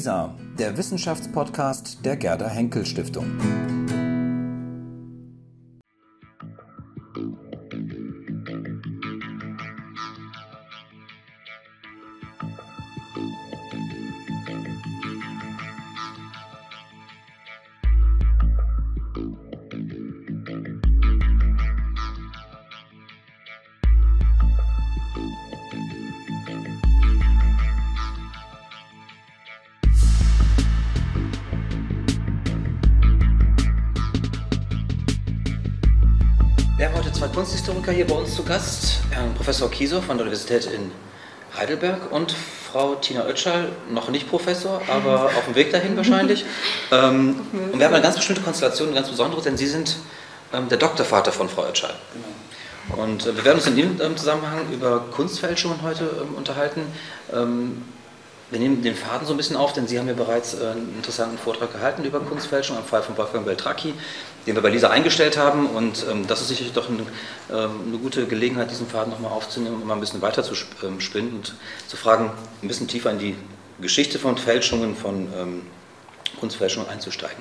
KISA, der Wissenschaftspodcast der Gerda Henkel Stiftung. Wir haben heute zwei Kunsthistoriker hier bei uns zu Gast, Herrn Professor Kiesow von der Universität in Heidelberg und Frau Tina Oetschall, noch nicht Professor, aber auf dem Weg dahin wahrscheinlich. Und wir haben eine ganz bestimmte Konstellation, eine ganz besondere, denn Sie sind der Doktorvater von Frau Oetschall. Genau. Und wir werden uns in dem Zusammenhang über Kunstfälschungen heute unterhalten. Wir nehmen den Faden so ein bisschen auf, denn Sie haben ja bereits einen interessanten Vortrag gehalten über Kunstfälschung am Fall von Wolfgang Beltracchi, den wir bei Lisa eingestellt haben. Und das ist sicherlich doch eine gute Gelegenheit, diesen Faden nochmal aufzunehmen und mal ein bisschen weiter zu spinnen und zu fragen, ein bisschen tiefer in die Geschichte von Fälschungen, von Kunstfälschungen einzusteigen.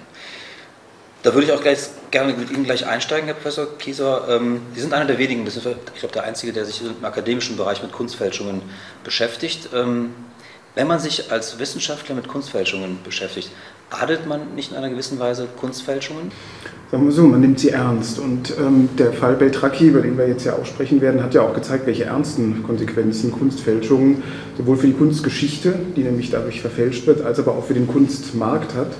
Da würde ich auch gerne mit Ihnen gleich einsteigen, Herr Professor Kiesow. Sie sind einer der wenigen, ich glaube der Einzige, der sich im akademischen Bereich mit Kunstfälschungen beschäftigt. Wenn man sich als Wissenschaftler mit Kunstfälschungen beschäftigt, adelt man nicht in einer gewissen Weise Kunstfälschungen? Sagen wir so, man nimmt sie ernst. Und der Fall Beltracchi, über den wir jetzt ja auch sprechen werden, hat ja auch gezeigt, welche ernsten Konsequenzen Kunstfälschungen sowohl für die Kunstgeschichte, die nämlich dadurch verfälscht wird, als aber auch für den Kunstmarkt hat.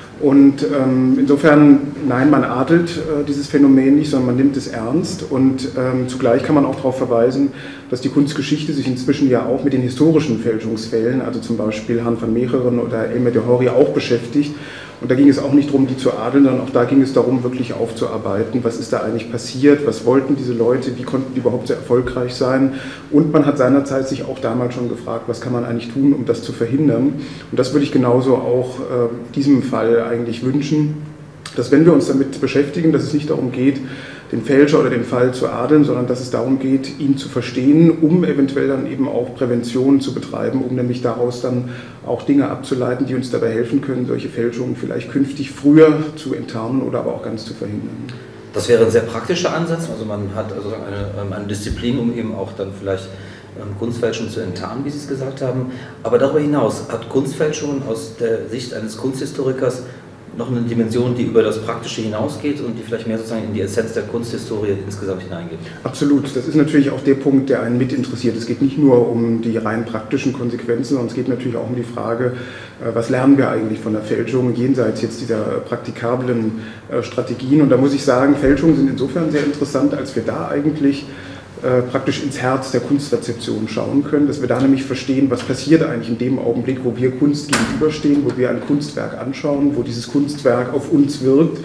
Und insofern, nein, man adelt dieses Phänomen nicht, sondern man nimmt es ernst. Und zugleich kann man auch darauf verweisen, dass die Kunstgeschichte sich inzwischen ja auch mit den historischen Fälschungsfällen, also zum Beispiel Han van Meegeren oder Elmer de Hory, auch beschäftigt. Und da ging es auch nicht darum, die zu adeln, sondern auch da ging es darum, wirklich aufzuarbeiten, was ist da eigentlich passiert, was wollten diese Leute, wie konnten die überhaupt so erfolgreich sein. Und man hat seinerzeit sich auch damals schon gefragt, was kann man eigentlich tun, um das zu verhindern. Und das würde ich genauso auch diesem Fall eigentlich wünschen, dass wenn wir uns damit beschäftigen, dass es nicht darum geht, den Fälscher oder den Fall zu adeln, sondern dass es darum geht, ihn zu verstehen, um eventuell dann eben auch Prävention zu betreiben, um nämlich daraus dann auch Dinge abzuleiten, die uns dabei helfen können, solche Fälschungen vielleicht künftig früher zu enttarnen oder aber auch ganz zu verhindern. Das wäre ein sehr praktischer Ansatz, also man hat also eine Disziplin, um eben auch dann vielleicht Kunstfälschungen zu enttarnen, wie Sie es gesagt haben. Aber darüber hinaus hat Kunstfälschungen aus der Sicht eines Kunsthistorikers noch eine Dimension, die über das Praktische hinausgeht und die vielleicht mehr sozusagen in die Essenz der Kunsthistorie insgesamt hineingeht. Absolut. Das ist natürlich auch der Punkt, der einen mit interessiert. Es geht nicht nur um die rein praktischen Konsequenzen, sondern es geht natürlich auch um die Frage, was lernen wir eigentlich von der Fälschung, jenseits jetzt dieser praktikablen Strategien. Und da muss ich sagen, Fälschungen sind insofern sehr interessant, als wir da eigentlich praktisch ins Herz der Kunstrezeption schauen können, dass wir da nämlich verstehen, was passiert eigentlich in dem Augenblick, wo wir Kunst gegenüberstehen, wo wir ein Kunstwerk anschauen, wo dieses Kunstwerk auf uns wirkt.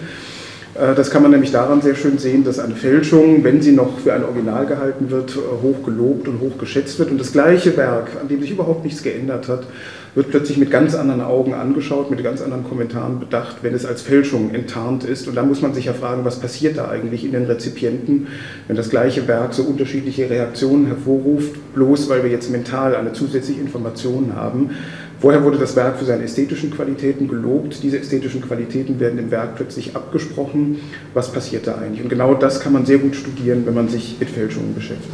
Das kann man nämlich daran sehr schön sehen, dass eine Fälschung, wenn sie noch für ein Original gehalten wird, hoch gelobt und hoch geschätzt wird. Und das gleiche Werk, an dem sich überhaupt nichts geändert hat, wird plötzlich mit ganz anderen Augen angeschaut, mit ganz anderen Kommentaren bedacht, wenn es als Fälschung enttarnt ist. Und da muss man sich ja fragen, was passiert da eigentlich in den Rezipienten, wenn das gleiche Werk so unterschiedliche Reaktionen hervorruft, bloß weil wir jetzt mental eine zusätzliche Information haben. Vorher wurde das Werk für seine ästhetischen Qualitäten gelobt. Diese ästhetischen Qualitäten werden im Werk plötzlich abgesprochen. Was passiert da eigentlich? Und genau das kann man sehr gut studieren, wenn man sich mit Fälschungen beschäftigt.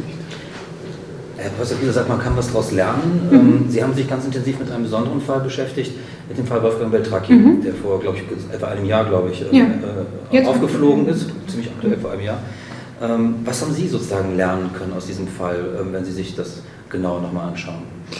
Herr Professor Kiesow sagt, man kann was daraus lernen. Sie haben sich ganz intensiv mit einem besonderen Fall beschäftigt, mit dem Fall Wolfgang Beltracchi, der vor, glaube ich, etwa einem Jahr, aufgeflogen ist, ziemlich aktuell vor einem Jahr. Was haben Sie sozusagen lernen können aus diesem Fall, wenn Sie sich das genauer nochmal anschauen?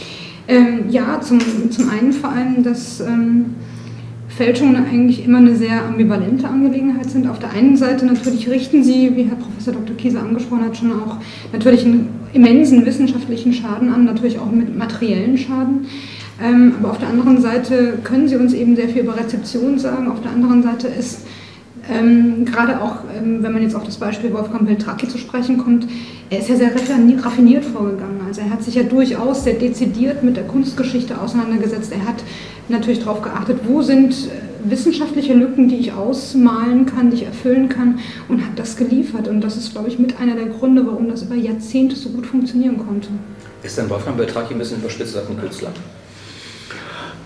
Zum einen vor allem, dass Fälschungen eigentlich immer eine sehr ambivalente Angelegenheit sind. Auf der einen Seite natürlich richten sie, wie Herr Professor Dr. Kiesow angesprochen hat, schon auch natürlich einen immensen wissenschaftlichen Schaden an, natürlich auch mit materiellen Schaden. Aber auf der anderen Seite können sie uns eben sehr viel über Rezeption sagen. Auf der anderen Seite ist gerade auch, wenn man jetzt auf das Beispiel Wolfgang Beltracchi zu sprechen kommt, er ist ja sehr raffiniert vorgegangen. Also er hat sich ja durchaus sehr dezidiert mit der Kunstgeschichte auseinandergesetzt. Er hat natürlich darauf geachtet, wo sind wissenschaftliche Lücken, die ich ausmalen kann, die ich erfüllen kann, und hat das geliefert. Und das ist, glaube ich, mit einer der Gründe, warum das über Jahrzehnte so gut funktionieren konnte. Ist denn Wolfgang Beltracchi ein bisschen überspitzt gesagt ein Künstler?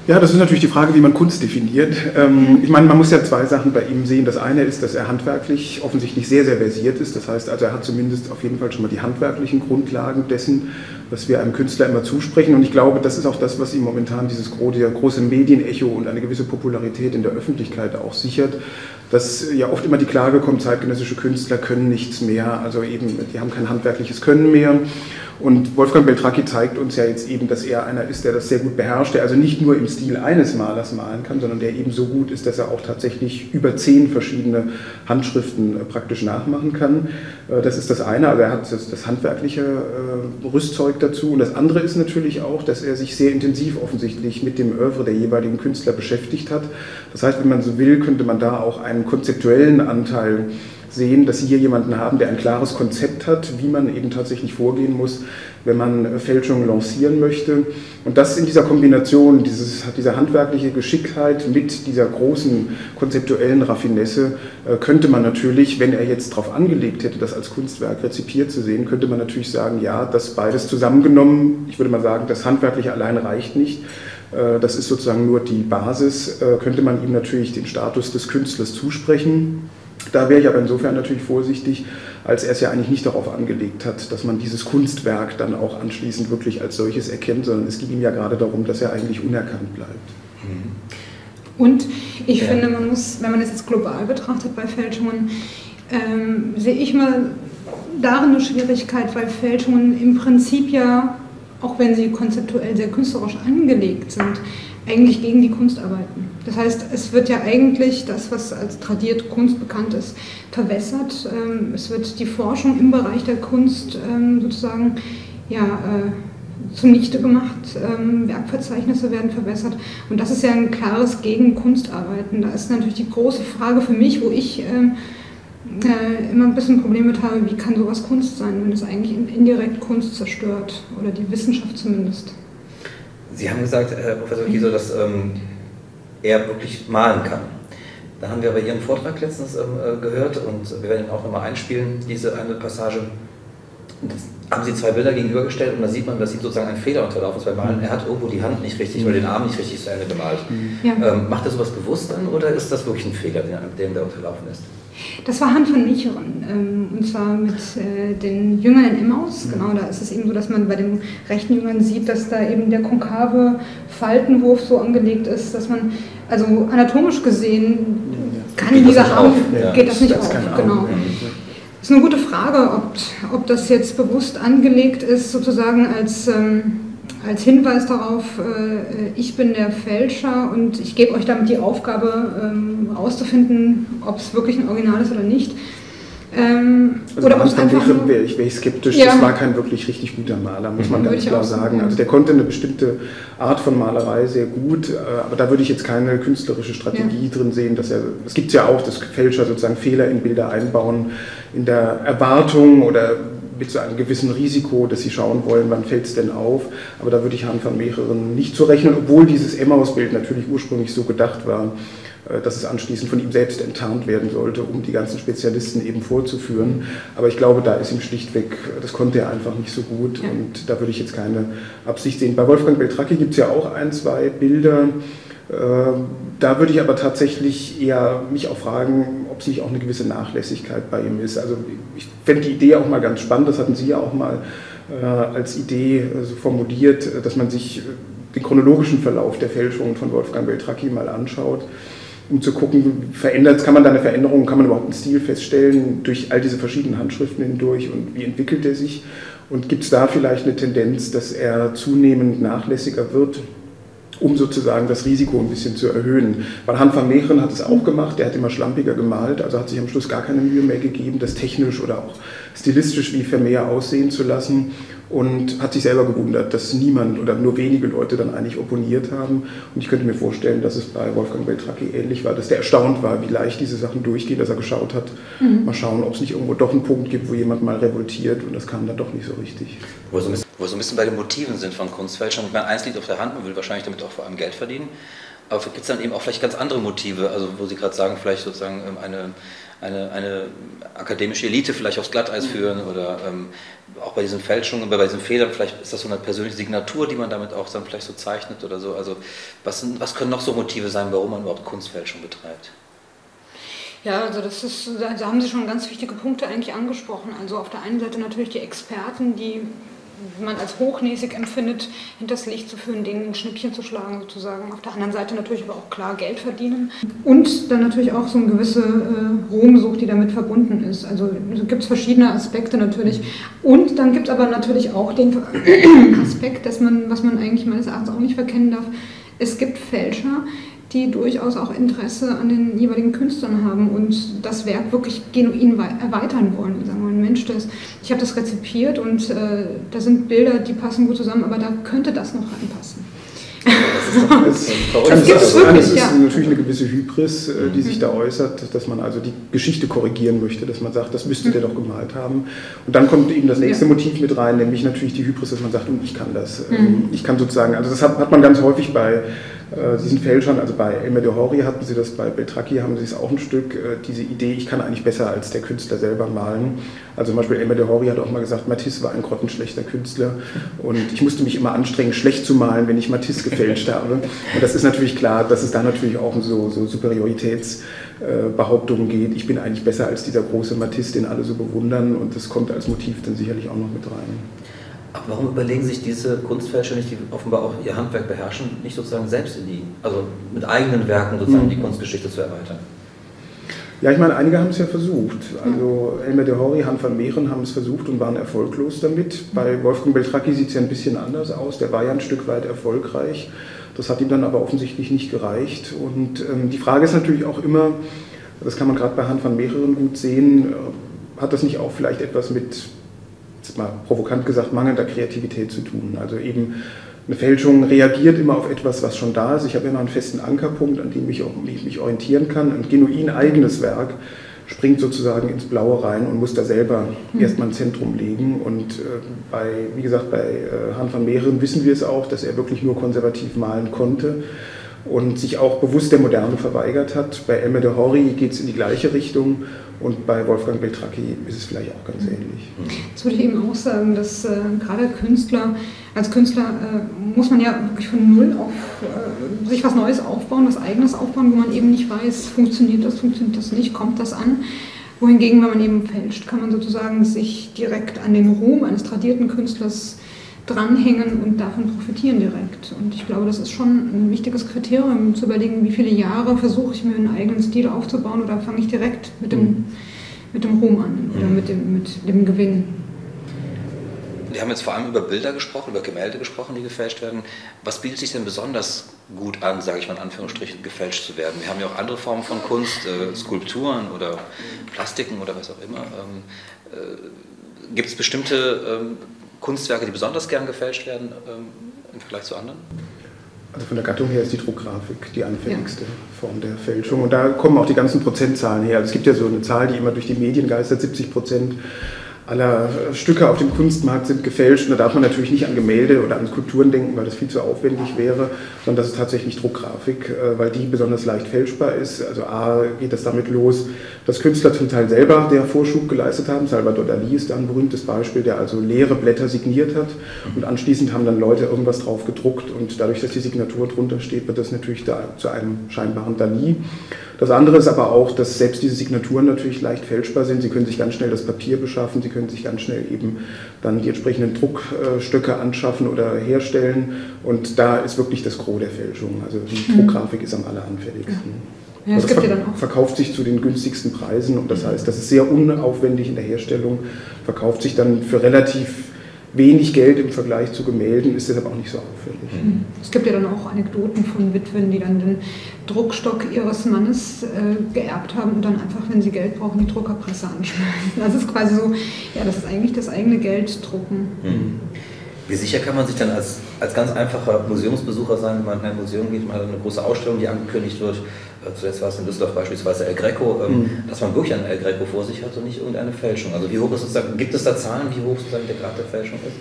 Ja, das ist natürlich die Frage, wie man Kunst definiert. Ich meine, man muss ja zwei Sachen bei ihm sehen. Das eine ist, dass er handwerklich offensichtlich sehr, sehr versiert ist. Das heißt, also er hat zumindest auf jeden Fall schon mal die handwerklichen Grundlagen dessen, was wir einem Künstler immer zusprechen. Und ich glaube, das ist auch das, was ihm momentan dieses große Medienecho und eine gewisse Popularität in der Öffentlichkeit auch sichert. Dass ja oft immer die Klage kommt, zeitgenössische Künstler können nichts mehr, also eben, die haben kein handwerkliches Können mehr. Und Wolfgang Beltracchi zeigt uns ja jetzt eben, dass er einer ist, der das sehr gut beherrscht, der also nicht nur im Stil eines Malers malen kann, sondern der eben so gut ist, dass er auch tatsächlich über 10 verschiedene Handschriften praktisch nachmachen kann. Das ist das eine, also er hat das handwerkliche Rüstzeug dazu. Und das andere ist natürlich auch, dass er sich sehr intensiv offensichtlich mit dem Œuvre der jeweiligen Künstler beschäftigt hat. Das heißt, wenn man so will, könnte man da auch einen konzeptuellen Anteil sehen, dass Sie hier jemanden haben, der ein klares Konzept hat, wie man eben tatsächlich vorgehen muss, wenn man Fälschungen lancieren möchte. Und das in dieser Kombination, dieser handwerkliche Geschicktheit mit dieser großen konzeptuellen Raffinesse, könnte man natürlich, wenn er jetzt darauf angelegt hätte, das als Kunstwerk rezipiert zu sehen, könnte man natürlich sagen, ja, das beides zusammengenommen, ich würde mal sagen, das Handwerkliche allein reicht nicht. Das ist sozusagen nur die Basis, könnte man ihm natürlich den Status des Künstlers zusprechen. Da wäre ich aber insofern natürlich vorsichtig, als er es ja eigentlich nicht darauf angelegt hat, dass man dieses Kunstwerk dann auch anschließend wirklich als solches erkennt, sondern es ging ihm ja gerade darum, dass er eigentlich unerkannt bleibt. Und ich finde, man muss, wenn man es jetzt global betrachtet bei Fälschungen, sehe ich mal darin eine Schwierigkeit, weil Fälschungen im Prinzip ja, auch wenn sie konzeptuell sehr künstlerisch angelegt sind, eigentlich gegen die Kunst arbeiten. Das heißt, es wird ja eigentlich das, was als tradierte Kunst bekannt ist, verwässert. Es wird die Forschung im Bereich der Kunst sozusagen zunichte gemacht. Werkverzeichnisse werden verwässert. Und das ist ja ein klares gegen Kunstarbeiten. Da ist natürlich die große Frage für mich, wo ich immer ein bisschen Probleme mit habe, wie kann sowas Kunst sein, wenn es eigentlich indirekt Kunst zerstört oder die Wissenschaft zumindest. Sie haben gesagt, Herr Professor Kiesow, dass er wirklich malen kann. Da haben wir aber Ihren Vortrag letztens gehört und wir werden ihn auch nochmal einspielen, diese eine Passage. Und das haben Sie 2 Bilder gegenübergestellt und da sieht man, dass ihm sozusagen ein Fehler unterlaufen ist beim Malen. Er hat irgendwo die Hand nicht richtig oder den Arm nicht richtig zu Ende gemalt. Ja. Macht er sowas bewusst dann oder ist das wirklich ein Fehler, dem da unterlaufen ist? Das war Hand von Mecheren, und zwar mit den Jüngern in Emmaus. Genau, da ist es eben so, dass man bei den rechten Jüngern sieht, dass da eben der konkave Faltenwurf so angelegt ist, dass man, also anatomisch gesehen, kann dieser Arm, geht das nicht auf. Genau. Das ist eine gute Frage, ob das jetzt bewusst angelegt ist, sozusagen als Hinweis darauf, ich bin der Fälscher und ich gebe euch damit die Aufgabe, herauszufinden, ob es wirklich ein Original ist oder nicht. Also oder wäre ich skeptisch, ja. Das war kein wirklich richtig guter Maler, muss man ganz klar sagen. Also der konnte eine bestimmte Art von Malerei sehr gut, aber da würde ich jetzt keine künstlerische Strategie drin sehen. Es gibt ja auch, dass Fälscher sozusagen Fehler in Bilder einbauen, in der Erwartung oder mit so einem gewissen Risiko, dass sie schauen wollen, wann fällt es denn auf. Aber da würde ich Hand von Mecheren nicht so rechnen, obwohl dieses Emmaus-Bild natürlich ursprünglich so gedacht war, dass es anschließend von ihm selbst enttarnt werden sollte, um die ganzen Spezialisten eben vorzuführen. Aber ich glaube, da ist ihm schlichtweg, das konnte er einfach nicht so gut und da würde ich jetzt keine Absicht sehen. Bei Wolfgang Beltracchi gibt es ja auch 1, 2 Bilder. Da würde ich aber tatsächlich eher mich auch fragen, ob es nicht auch eine gewisse Nachlässigkeit bei ihm ist. Also ich fände die Idee auch mal ganz spannend, das hatten Sie ja auch mal als Idee so formuliert, dass man sich den chronologischen Verlauf der Fälschungen von Wolfgang Beltracchi mal anschaut, um zu gucken, kann man da eine Veränderung, kann man überhaupt einen Stil feststellen durch all diese verschiedenen Handschriften hindurch und wie entwickelt er sich und gibt es da vielleicht eine Tendenz, dass er zunehmend nachlässiger wird, um sozusagen das Risiko ein bisschen zu erhöhen. Weil Hand van Mecheren hat es auch gemacht, der hat immer schlampiger gemalt, also hat sich am Schluss gar keine Mühe mehr gegeben, das technisch oder auch stilistisch wie Vermeer aussehen zu lassen und hat sich selber gewundert, dass niemand oder nur wenige Leute dann eigentlich opponiert haben. Und ich könnte mir vorstellen, dass es bei Wolfgang Beltracchi ähnlich war, dass der erstaunt war, wie leicht diese Sachen durchgehen, dass er geschaut hat, mal schauen, ob es nicht irgendwo doch einen Punkt gibt, wo jemand mal revoltiert und das kam dann doch nicht so richtig. Wo wir so ein bisschen bei den Motiven sind von Kunstfälschern. Ich meine, eins liegt auf der Hand, man will wahrscheinlich damit auch vor allem Geld verdienen. Aber gibt es dann eben auch vielleicht ganz andere Motive, also wo Sie gerade sagen, vielleicht sozusagen eine akademische Elite vielleicht aufs Glatteis führen oder auch bei diesen Fälschungen, bei diesen Fehlern, vielleicht ist das so eine persönliche Signatur, die man damit auch dann vielleicht so zeichnet oder so. Also was können noch so Motive sein, warum man überhaupt Kunstfälschung betreibt? Ja, also da haben Sie schon ganz wichtige Punkte eigentlich angesprochen. Also auf der einen Seite natürlich die Experten, die man als hochnäsig empfindet, hinters Licht zu führen, denen ein Schnippchen zu schlagen sozusagen. Auf der anderen Seite natürlich aber auch klar Geld verdienen. Und dann natürlich auch so eine gewisse Ruhmsucht, die damit verbunden ist. Also gibt es verschiedene Aspekte natürlich. Und dann gibt es aber natürlich auch den Aspekt, was man eigentlich meines Erachtens auch nicht verkennen darf. Es gibt Fälscher, die durchaus auch Interesse an den jeweiligen Künstlern haben und das Werk wirklich genuin erweitern wollen und sagen wollen, Mensch, ich habe das rezipiert und da sind Bilder, die passen gut zusammen, aber da könnte das noch reinpassen. Es ist natürlich eine gewisse Hybris, die sich da äußert, dass man also die Geschichte korrigieren möchte, dass man sagt, das müsste der doch gemalt haben. Und dann kommt eben das nächste Motiv mit rein, nämlich natürlich die Hybris, dass man sagt, ich kann das. Ich kann sozusagen, also das hat man ganz häufig bei diesen Fälschern, also bei Elmer de Hory hatten sie das, bei Beltracchi haben sie es auch ein Stück, diese Idee, ich kann eigentlich besser als der Künstler selber malen. Also zum Beispiel Elmer de Hory hat auch mal gesagt, Matisse war ein grottenschlechter Künstler und ich musste mich immer anstrengen, schlecht zu malen, wenn ich Matisse gefälscht habe. Und das ist natürlich klar, dass es da natürlich auch um so Superioritätsbehauptungen geht. Ich bin eigentlich besser als dieser große Matisse, den alle so bewundern, und das kommt als Motiv dann sicherlich auch noch mit rein. Aber warum überlegen sich diese Kunstfälscher nicht, die offenbar auch ihr Handwerk beherrschen, nicht sozusagen selbst also mit eigenen Werken sozusagen die Kunstgeschichte zu erweitern? Ja, ich meine, einige haben es ja versucht. Also Elmer de Hory, Han van Meeren haben es versucht und waren erfolglos damit. Bei Wolfgang Beltracchi sieht es ja ein bisschen anders aus. Der war ja ein Stück weit erfolgreich. Das hat ihm dann aber offensichtlich nicht gereicht. Und die Frage ist natürlich auch immer, das kann man gerade bei Han van Meeren gut sehen, hat das nicht auch vielleicht etwas mit, jetzt mal provokant gesagt, mangelnder Kreativität zu tun? Also eben eine Fälschung reagiert immer auf etwas, was schon da ist. Ich habe immer einen festen Ankerpunkt, an dem ich mich orientieren kann. Ein genuin eigenes Werk springt sozusagen ins Blaue rein und muss da selber erstmal ein Zentrum legen. Und wie gesagt, bei Han van Meeren wissen wir es auch, dass er wirklich nur konservativ malen konnte und sich auch bewusst der Moderne verweigert hat. Bei Elmer de Hory geht es in die gleiche Richtung und bei Wolfgang Beltracchi ist es vielleicht auch ganz ähnlich. Das würde ich eben auch sagen, dass gerade als Künstler muss man ja wirklich von Null auf sich was Neues aufbauen, was Eigenes aufbauen, wo man eben nicht weiß, funktioniert das nicht, kommt das an. Wohingegen, wenn man eben fälscht, kann man sozusagen sich direkt an den Ruhm eines tradierten Künstlers dranhängen und davon profitieren direkt. Und ich glaube, das ist schon ein wichtiges Kriterium, zu überlegen, wie viele Jahre versuche ich mir einen eigenen Stil aufzubauen oder fange ich direkt mit dem Ruhm an oder mit dem Gewinn. Wir haben jetzt vor allem über Bilder gesprochen, über Gemälde gesprochen, die gefälscht werden. Was bietet sich denn besonders gut an, sage ich mal in Anführungsstrichen, gefälscht zu werden? Wir haben ja auch andere Formen von Kunst, Skulpturen oder Plastiken oder was auch immer. Gibt es bestimmte Kunstwerke, die besonders gern gefälscht werden im Vergleich zu anderen? Also von der Gattung her ist die Druckgrafik die anfälligste Form der Fälschung. Und da kommen auch die ganzen Prozentzahlen her. Also es gibt ja so eine Zahl, die immer durch die Medien geistert, 70% aller Stücke auf dem Kunstmarkt sind gefälscht. Und da darf man natürlich nicht an Gemälde oder an Skulpturen denken, weil das viel zu aufwendig wäre, sondern das ist tatsächlich Druckgrafik, weil die besonders leicht fälschbar ist. Also A, geht das damit los, dass Künstler zum Teil selber der Vorschub geleistet haben. Salvador Dalí ist da ein berühmtes Beispiel, der also leere Blätter signiert hat und anschließend haben dann Leute irgendwas drauf gedruckt und dadurch, dass die Signatur drunter steht, wird das natürlich da zu einem scheinbaren Dalí. Das andere ist aber auch, dass selbst diese Signaturen natürlich leicht fälschbar sind. Sie können sich ganz schnell das Papier beschaffen, Sie können sich ganz schnell eben dann die entsprechenden Druckstöcke anschaffen oder herstellen. Und da ist wirklich das Gros der Fälschung. Also die Druckgrafik ist am alleranfälligsten. Ja, es gibt ja dann auch. Verkauft sich zu den günstigsten Preisen und das heißt, das ist sehr unaufwendig in der Herstellung, verkauft sich dann für relativ wenig Geld im Vergleich zu Gemälden, ist deshalb auch nicht so auffällig. Es gibt ja dann auch Anekdoten von Witwen, die dann den Druckstock ihres Mannes geerbt haben und dann einfach, wenn sie Geld brauchen, die Druckerpresse anschmeißen. Das ist quasi so, ja, das ist eigentlich das eigene Geld drucken. Wie sicher kann man sich dann als ganz einfacher Museumsbesucher sein, wenn man in ein Museum geht, man hat eine große Ausstellung, die angekündigt wird, zuletzt war es in Düsseldorf beispielsweise El Greco, dass man wirklich einen El Greco vor sich hat und nicht irgendeine Fäälschung. Also wie hoch ist sozusagen, gibt es da Zahlen, wie hoch sozusagen der Grad der Fälschung ist?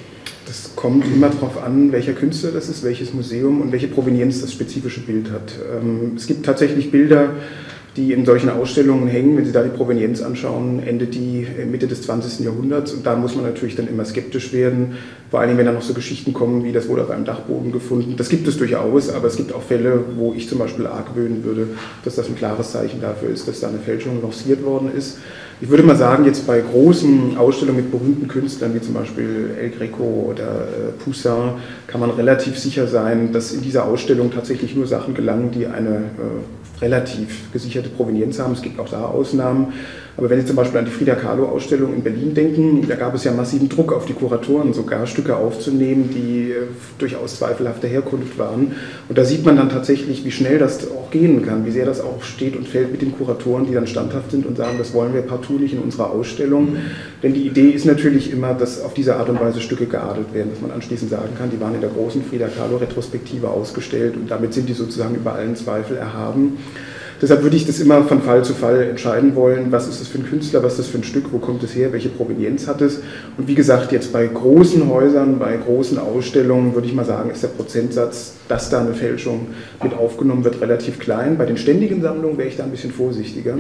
Das kommt immer darauf an, welcher Künstler das ist, welches Museum und welche Provenienz das spezifische Bild hat. Es gibt tatsächlich Bilder, die in solchen Ausstellungen hängen. Wenn Sie da die Provenienz anschauen, endet die Mitte des 20. Jahrhunderts. Und da muss man natürlich dann immer skeptisch werden. Vor allem, wenn dann noch so Geschichten kommen, wie das wurde auf einem Dachboden gefunden. Das gibt es durchaus, aber es gibt auch Fälle, wo ich zum Beispiel argwöhnen würde, dass das ein klares Zeichen dafür ist, dass da eine Fälschung lanciert worden ist. Ich würde mal sagen, jetzt bei großen Ausstellungen mit berühmten Künstlern, wie zum Beispiel El Greco oder Poussin, kann man relativ sicher sein, dass in dieser Ausstellung tatsächlich nur Sachen gelangen, die eine relativ gesicherte Provenienz haben. Es gibt auch da Ausnahmen. Aber wenn Sie zum Beispiel an die Frida Kahlo-Ausstellung in Berlin denken, da gab es ja massiven Druck auf die Kuratoren, sogar Stücke aufzunehmen, die durchaus zweifelhafter Herkunft waren. Und da sieht man dann tatsächlich, wie schnell das auch gehen kann, wie sehr das auch steht und fällt mit den Kuratoren, die dann standhaft sind und sagen, das wollen wir partout nicht in unserer Ausstellung. Denn die Idee ist natürlich immer, dass auf diese Art und Weise Stücke geadelt werden, dass man anschließend sagen kann, die waren in der großen Frida Kahlo-Retrospektive ausgestellt und damit sind die sozusagen über allen Zweifel erhaben. Deshalb würde ich das immer von Fall zu Fall entscheiden wollen, was ist das für ein Künstler, was ist das für ein Stück, wo kommt es her, welche Provenienz hat es. Und wie gesagt, jetzt bei großen Häusern, bei großen Ausstellungen würde ich mal sagen, ist der Prozentsatz, dass da eine Fälschung mit aufgenommen wird, relativ klein. Bei den ständigen Sammlungen wäre ich da ein bisschen vorsichtiger,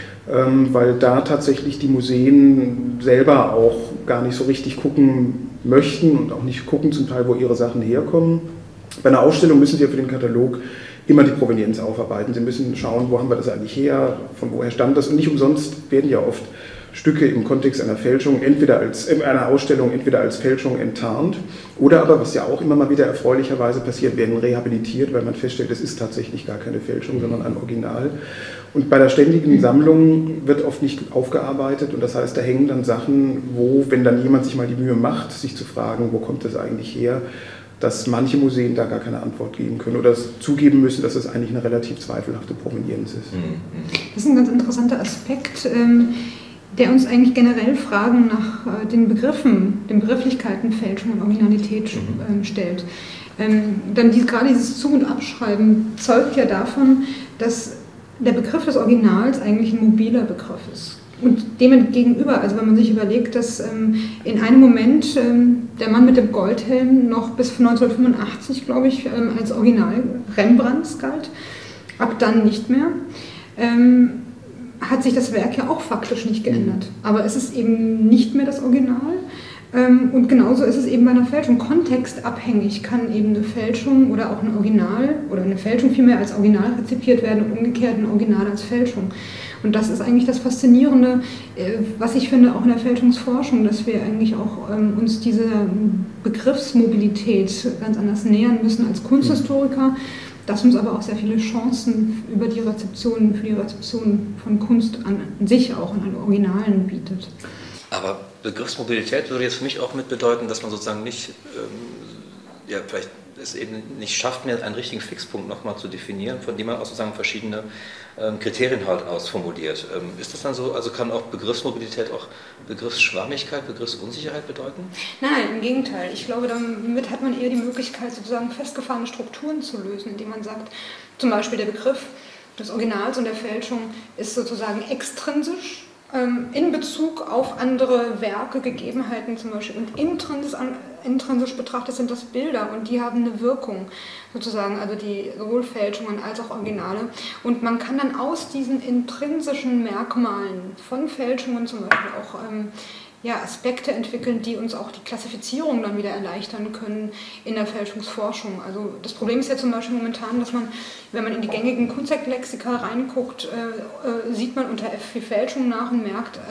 weil da tatsächlich die Museen selber auch gar nicht so richtig gucken möchten und auch nicht gucken zum Teil, wo ihre Sachen herkommen. Bei einer Ausstellung müssen Sie ja für den Katalog immer die Provenienz aufarbeiten. Sie müssen schauen, wo haben wir das eigentlich her, von woher stammt das. Und nicht umsonst werden ja oft Stücke im Kontext einer Fälschung, einer Ausstellung entweder als Fälschung enttarnt oder aber, was ja auch immer mal wieder erfreulicherweise passiert, werden rehabilitiert, weil man feststellt, es ist tatsächlich gar keine Fälschung, sondern ein Original. Und bei der ständigen Sammlung wird oft nicht aufgearbeitet und das heißt, da hängen dann Sachen, wo, wenn dann jemand sich mal die Mühe macht, sich zu fragen, wo kommt das eigentlich her, dass manche Museen da gar keine Antwort geben können oder zugeben müssen, dass es eigentlich eine relativ zweifelhafte Provenienz ist. Das ist ein ganz interessanter Aspekt, der uns eigentlich generell Fragen nach den Begriffen, den Begrifflichkeiten Fälschung und Originalität stellt. Dann gerade dieses Zu- und Abschreiben zeugt ja davon, dass der Begriff des Originals eigentlich ein mobiler Begriff ist. Und dem gegenüber, also wenn man sich überlegt, dass in einem Moment der Mann mit dem Goldhelm noch bis 1985, glaube ich, als Original Rembrandts galt, ab dann nicht mehr, hat sich das Werk ja auch faktisch nicht geändert. Aber es ist eben nicht mehr das Original. Und genauso ist es eben bei einer Fälschung. Kontextabhängig kann eben eine Fälschung oder auch ein Original oder eine Fälschung vielmehr als Original rezipiert werden und umgekehrt ein Original als Fälschung. Und das ist eigentlich das Faszinierende, was ich finde, auch in der Fälschungsforschung, dass wir eigentlich auch uns dieser Begriffsmobilität ganz anders nähern müssen als Kunsthistoriker, das uns aber auch sehr viele Chancen für die Rezeption von Kunst an sich auch und an Originalen bietet. Aber Begriffsmobilität würde jetzt für mich auch mit bedeuten, dass man sozusagen nicht, vielleicht es eben nicht schafft, mehr einen richtigen Fixpunkt nochmal zu definieren, von dem man auch sozusagen verschiedene Kriterien halt ausformuliert. Ist das dann so, also kann auch Begriffsmobilität auch Begriffsschwammigkeit, Begriffsunsicherheit bedeuten? Nein, im Gegenteil. Ich glaube, damit hat man eher die Möglichkeit, sozusagen festgefahrene Strukturen zu lösen, indem man sagt, zum Beispiel der Begriff des Originals und der Fälschung ist sozusagen extrinsisch in Bezug auf andere Werke, Gegebenheiten zum Beispiel. Und intrinsisch betrachtet sind das Bilder und die haben eine Wirkung sozusagen, also die sowohl Fälschungen als auch Originale. Und man kann dann aus diesen intrinsischen Merkmalen von Fälschungen zum Beispiel auch Aspekte entwickeln, die uns auch die Klassifizierung dann wieder erleichtern können in der Fälschungsforschung. Also das Problem ist ja zum Beispiel momentan, dass man, wenn man in die gängigen Kunstlexika reinguckt, sieht man unter F wie Fälschung nach und merkt,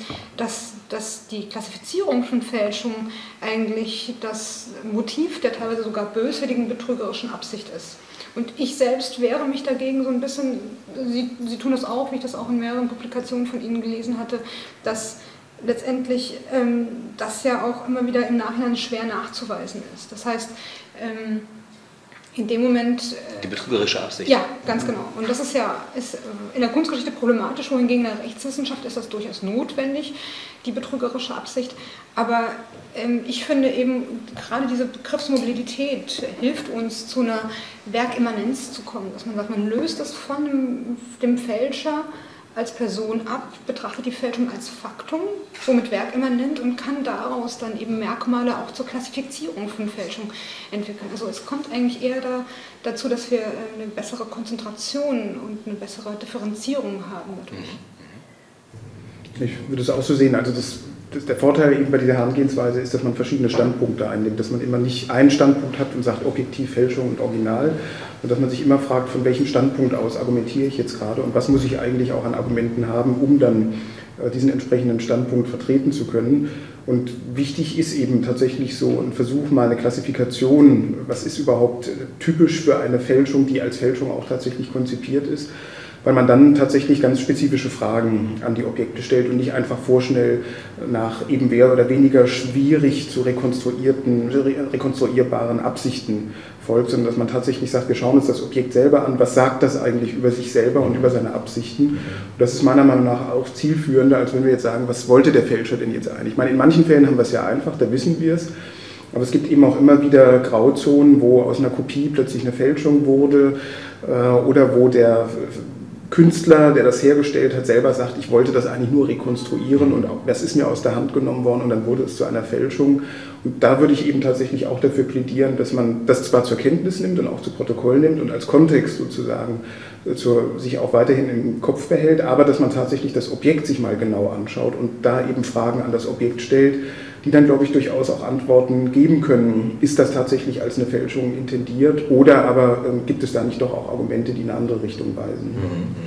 dass die Klassifizierung von Fälschung eigentlich das Motiv der teilweise sogar böswilligen, betrügerischen Absicht ist. Und ich selbst wehre mich dagegen so ein bisschen, Sie tun das auch, wie ich das auch in mehreren Publikationen von Ihnen gelesen hatte, dass letztendlich das ja auch immer wieder im Nachhinein schwer nachzuweisen ist. Das heißt, in dem Moment... die betrügerische Absicht. Ja, ganz genau. Und das ist in der Kunstgeschichte problematisch, wohingegen in der Rechtswissenschaft ist das durchaus notwendig, die betrügerische Absicht. Aber ich finde eben, gerade diese Begriffsmobilität hilft uns, zu einer Werkimmanenz zu kommen. Dass man sagt, man löst das von dem Fälscher als Person ab, betrachtet die Fälschung als Faktum, somit werkimmanent und kann daraus dann eben Merkmale auch zur Klassifizierung von Fälschung entwickeln. Also es kommt eigentlich eher dazu, dass wir eine bessere Konzentration und eine bessere Differenzierung haben dadurch. Ich würde es auch so sehen, also der Vorteil eben bei dieser Herangehensweise ist, dass man verschiedene Standpunkte einnimmt, dass man immer nicht einen Standpunkt hat und sagt objektiv, Fälschung und Original, und dass man sich immer fragt, von welchem Standpunkt aus argumentiere ich jetzt gerade und was muss ich eigentlich auch an Argumenten haben, um dann diesen entsprechenden Standpunkt vertreten zu können. Und wichtig ist eben tatsächlich so ein Versuch, mal eine Klassifikation, was ist überhaupt typisch für eine Fälschung, die als Fälschung auch tatsächlich konzipiert ist, weil man dann tatsächlich ganz spezifische Fragen an die Objekte stellt und nicht einfach vorschnell nach eben mehr oder weniger schwierig zu rekonstruierbaren Absichten folgt, sondern dass man tatsächlich sagt, wir schauen uns das Objekt selber an, was sagt das eigentlich über sich selber und über seine Absichten. Und das ist meiner Meinung nach auch zielführender, als wenn wir jetzt sagen, was wollte der Fälscher denn jetzt eigentlich? Ich meine, in manchen Fällen haben wir es ja einfach, da wissen wir es. Aber es gibt eben auch immer wieder Grauzonen, wo aus einer Kopie plötzlich eine Fälschung wurde oder wo der Künstler, der das hergestellt hat, selber sagt, ich wollte das eigentlich nur rekonstruieren und auch, das ist mir aus der Hand genommen worden und dann wurde es zu einer Fälschung. Und da würde ich eben tatsächlich auch dafür plädieren, dass man das zwar zur Kenntnis nimmt und auch zu Protokoll nimmt und als Kontext sozusagen sich auch weiterhin im Kopf behält, aber dass man tatsächlich das Objekt sich mal genau anschaut und da eben Fragen an das Objekt stellt, die dann, glaube ich, durchaus auch Antworten geben können. Ist das tatsächlich als eine Fälschung intendiert oder aber gibt es da nicht doch auch Argumente, die in eine andere Richtung weisen?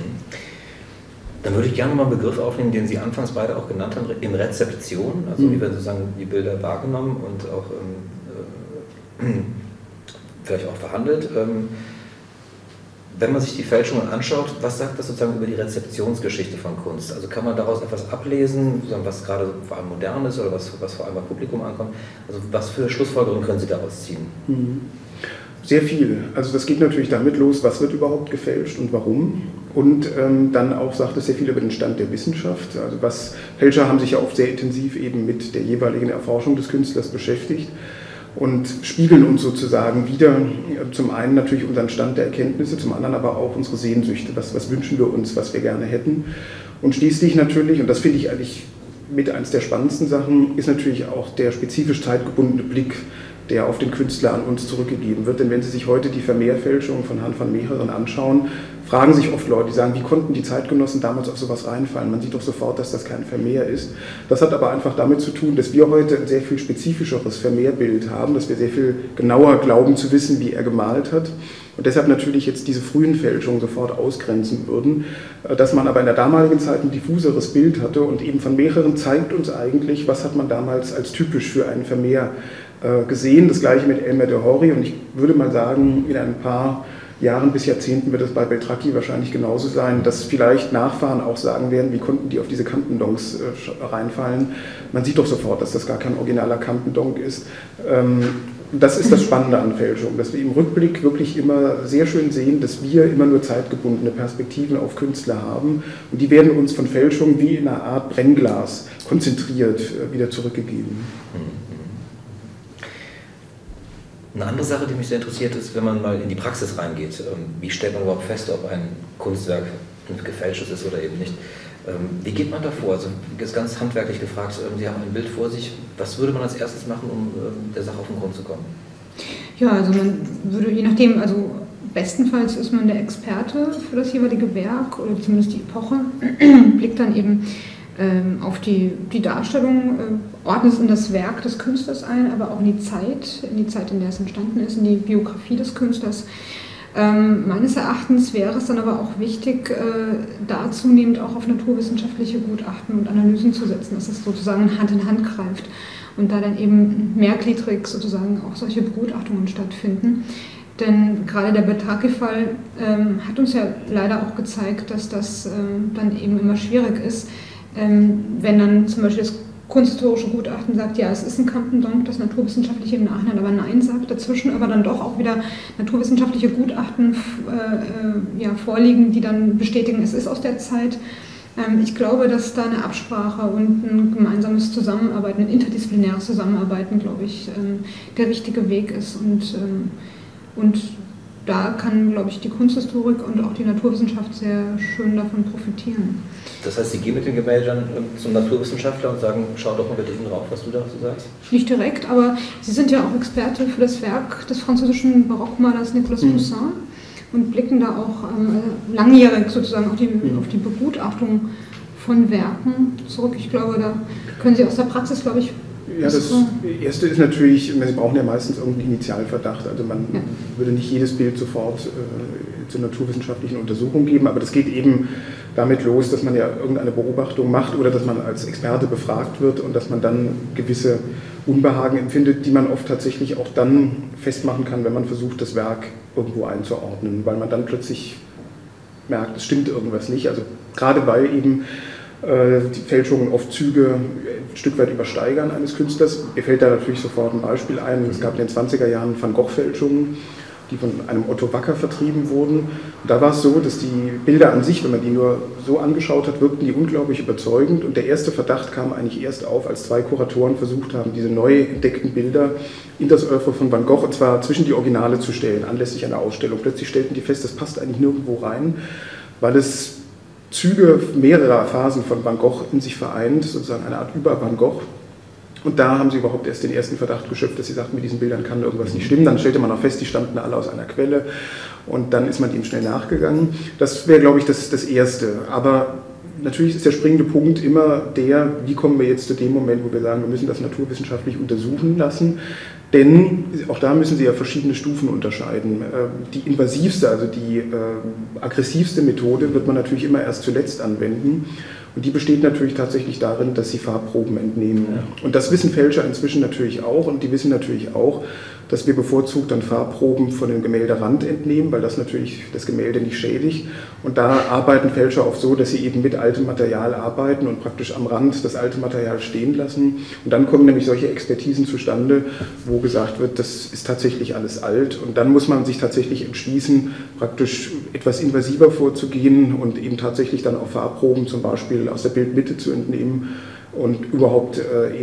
Dann würde ich gerne mal einen Begriff aufnehmen, den Sie anfangs beide auch genannt haben, in Rezeption, also wie werden sozusagen die Bilder wahrgenommen und auch vielleicht auch verhandelt. Wenn man sich die Fälschungen anschaut, was sagt das sozusagen über die Rezeptionsgeschichte von Kunst? Also kann man daraus etwas ablesen, was gerade vor allem modern ist oder was vor allem beim Publikum ankommt? Also was für Schlussfolgerungen können Sie daraus ziehen? Sehr viel. Also das geht natürlich damit los, was wird überhaupt gefälscht und warum. Und dann auch sagt es sehr viel über den Stand der Wissenschaft. Also Fälscher haben sich ja oft sehr intensiv eben mit der jeweiligen Erforschung des Künstlers beschäftigt und spiegeln uns sozusagen wieder, zum einen natürlich unseren Stand der Erkenntnisse, zum anderen aber auch unsere Sehnsüchte, was wünschen wir uns, was wir gerne hätten. Und schließlich natürlich, und das finde ich eigentlich mit eins der spannendsten Sachen, ist natürlich auch der spezifisch zeitgebundene Blick, der auf den Künstler an uns zurückgegeben wird. Denn wenn Sie sich heute die Vermehrfälschung von Han van Meegeren anschauen, fragen sich oft Leute, die sagen, wie konnten die Zeitgenossen damals auf sowas reinfallen? Man sieht doch sofort, dass das kein Vermehr ist. Das hat aber einfach damit zu tun, dass wir heute ein sehr viel spezifischeres Vermehrbild haben, dass wir sehr viel genauer glauben zu wissen, wie er gemalt hat. Und deshalb natürlich jetzt diese frühen Fälschungen sofort ausgrenzen würden, dass man aber in der damaligen Zeit ein diffuseres Bild hatte und eben Van Meegeren zeigt uns eigentlich, was hat man damals als typisch für einen Vermehr gesehen. Das gleiche mit Elmer de Hory und ich würde mal sagen, in ein paar Jahren bis Jahrzehnten wird es bei Beltracchi wahrscheinlich genauso sein, dass vielleicht Nachfahren auch sagen werden, wie konnten die auf diese Kantendonks reinfallen. Man sieht doch sofort, dass das gar kein originaler Kantendonk ist. Das ist das Spannende an Fälschung, dass wir im Rückblick wirklich immer sehr schön sehen, dass wir immer nur zeitgebundene Perspektiven auf Künstler haben und die werden uns von Fälschung wie in einer Art Brennglas konzentriert wieder zurückgegeben. Eine andere Sache, die mich sehr interessiert, ist, wenn man mal in die Praxis reingeht. Wie stellt man überhaupt fest, ob ein Kunstwerk gefälscht ist oder eben nicht? Wie geht man da vor? Also ist ganz handwerklich gefragt, Sie haben ein Bild vor sich. Was würde man als erstes machen, um der Sache auf den Grund zu kommen? Ja, also man würde, je nachdem, also bestenfalls ist man der Experte für das jeweilige Werk oder zumindest die Epoche, blickt dann eben auf die Darstellung, ordnet es in das Werk des Künstlers ein, aber auch in die Zeit, in der es entstanden ist, in die Biografie des Künstlers. Meines Erachtens wäre es dann aber auch wichtig, da zunehmend auch auf naturwissenschaftliche Gutachten und Analysen zu setzen, dass es sozusagen Hand in Hand greift und da dann eben mehrgliedrig sozusagen auch solche Begutachtungen stattfinden. Denn gerade der Beltracchi-Fall hat uns ja leider auch gezeigt, dass das dann eben immer schwierig ist, wenn dann zum Beispiel das kunsthistorische Gutachten sagt, ja, es ist ein Kantendonk, das naturwissenschaftliche im Nachhinein aber Nein sagt, dazwischen aber dann doch auch wieder naturwissenschaftliche Gutachten vorliegen, die dann bestätigen, es ist aus der Zeit. Ich glaube, dass da eine Absprache und ein gemeinsames Zusammenarbeiten, ein interdisziplinäres Zusammenarbeiten, glaube ich, der richtige Weg ist und da kann, glaube ich, die Kunsthistorik und auch die Naturwissenschaft sehr schön davon profitieren. Das heißt, Sie gehen mit den Gemäldern zum Naturwissenschaftler und sagen, schau doch mal bitte hin drauf, was du dazu sagst? Nicht direkt, aber Sie sind ja auch Experte für das Werk des französischen Barockmalers Nicolas Poussin und blicken da auch langjährig sozusagen auf die Begutachtung von Werken zurück. Ich glaube, da können Sie aus der Praxis, glaube ich, ja, das Erste ist natürlich, Sie brauchen ja meistens irgendeinen Initialverdacht. Also man würde nicht jedes Bild sofort zur naturwissenschaftlichen Untersuchung geben, aber das geht eben damit los, dass man ja irgendeine Beobachtung macht oder dass man als Experte befragt wird und dass man dann gewisse Unbehagen empfindet, die man oft tatsächlich auch dann festmachen kann, wenn man versucht, das Werk irgendwo einzuordnen, weil man dann plötzlich merkt, es stimmt irgendwas nicht. Also gerade weil eben die Fälschungen oft Züge ein Stück weit übersteigern eines Künstlers. Mir fällt da natürlich sofort ein Beispiel ein. Es gab in den 20er Jahren Van Gogh-Fälschungen, die von einem Otto Wacker vertrieben wurden. Und da war es so, dass die Bilder an sich, wenn man die nur so angeschaut hat, wirkten die unglaublich überzeugend. Und der erste Verdacht kam eigentlich erst auf, als 2 Kuratoren versucht haben, diese neu entdeckten Bilder in das Oeuvre von Van Gogh, und zwar zwischen die Originale zu stellen, anlässlich einer Ausstellung. Plötzlich stellten die fest, das passt eigentlich nirgendwo rein, weil es Züge mehrerer Phasen von Van Gogh in sich vereint, sozusagen eine Art Über-Van Gogh. Und da haben sie überhaupt erst den ersten Verdacht geschöpft, dass sie sagten, mit diesen Bildern kann irgendwas nicht stimmen. Dann stellte man auch fest, die stammten alle aus einer Quelle und dann ist man dem schnell nachgegangen. Das wäre, glaube ich, das Erste. Aber natürlich ist der springende Punkt immer der, wie kommen wir jetzt zu dem Moment, wo wir sagen, wir müssen das naturwissenschaftlich untersuchen lassen. Denn auch da müssen Sie ja verschiedene Stufen unterscheiden. Die invasivste, also die aggressivste Methode wird man natürlich immer erst zuletzt anwenden. Und die besteht natürlich tatsächlich darin, dass sie Farbproben entnehmen. Ja. Und das wissen Fälscher inzwischen natürlich auch. Und die wissen natürlich auch, dass wir bevorzugt dann Farbproben von dem Gemälderand entnehmen, weil das natürlich das Gemälde nicht schädigt. Und da arbeiten Fälscher oft so, dass sie eben mit altem Material arbeiten und praktisch am Rand das alte Material stehen lassen. Und dann kommen nämlich solche Expertisen zustande, wo gesagt wird, das ist tatsächlich alles alt. Und dann muss man sich tatsächlich entschließen, praktisch etwas invasiver vorzugehen und eben tatsächlich dann auch Farbproben zum Beispiel aus der Bildmitte zu entnehmen und überhaupt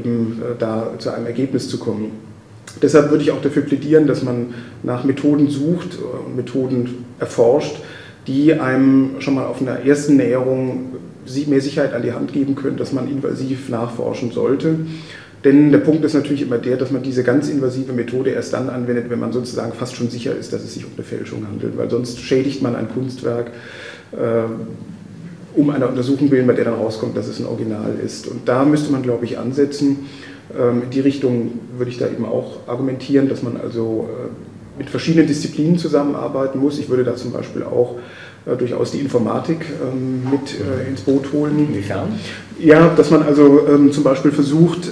da zu einem Ergebnis zu kommen. Deshalb würde ich auch dafür plädieren, dass man nach Methoden sucht und Methoden erforscht, die einem schon mal auf einer ersten Näherung mehr Sicherheit an die Hand geben können, dass man invasiv nachforschen sollte. Denn der Punkt ist natürlich immer der, dass man diese ganz invasive Methode erst dann anwendet, wenn man sozusagen fast schon sicher ist, dass es sich um eine Fälschung handelt. Weil sonst schädigt man ein Kunstwerk um einer Untersuchung willen, bei der dann rauskommt, dass es ein Original ist. Und da müsste man, glaube ich, ansetzen. In die Richtung würde ich da eben auch argumentieren, dass man also mit verschiedenen Disziplinen zusammenarbeiten muss. Ich würde da zum Beispiel auch durchaus die Informatik mit ins Boot holen. Inwiefern? Ja, dass man also zum Beispiel versucht,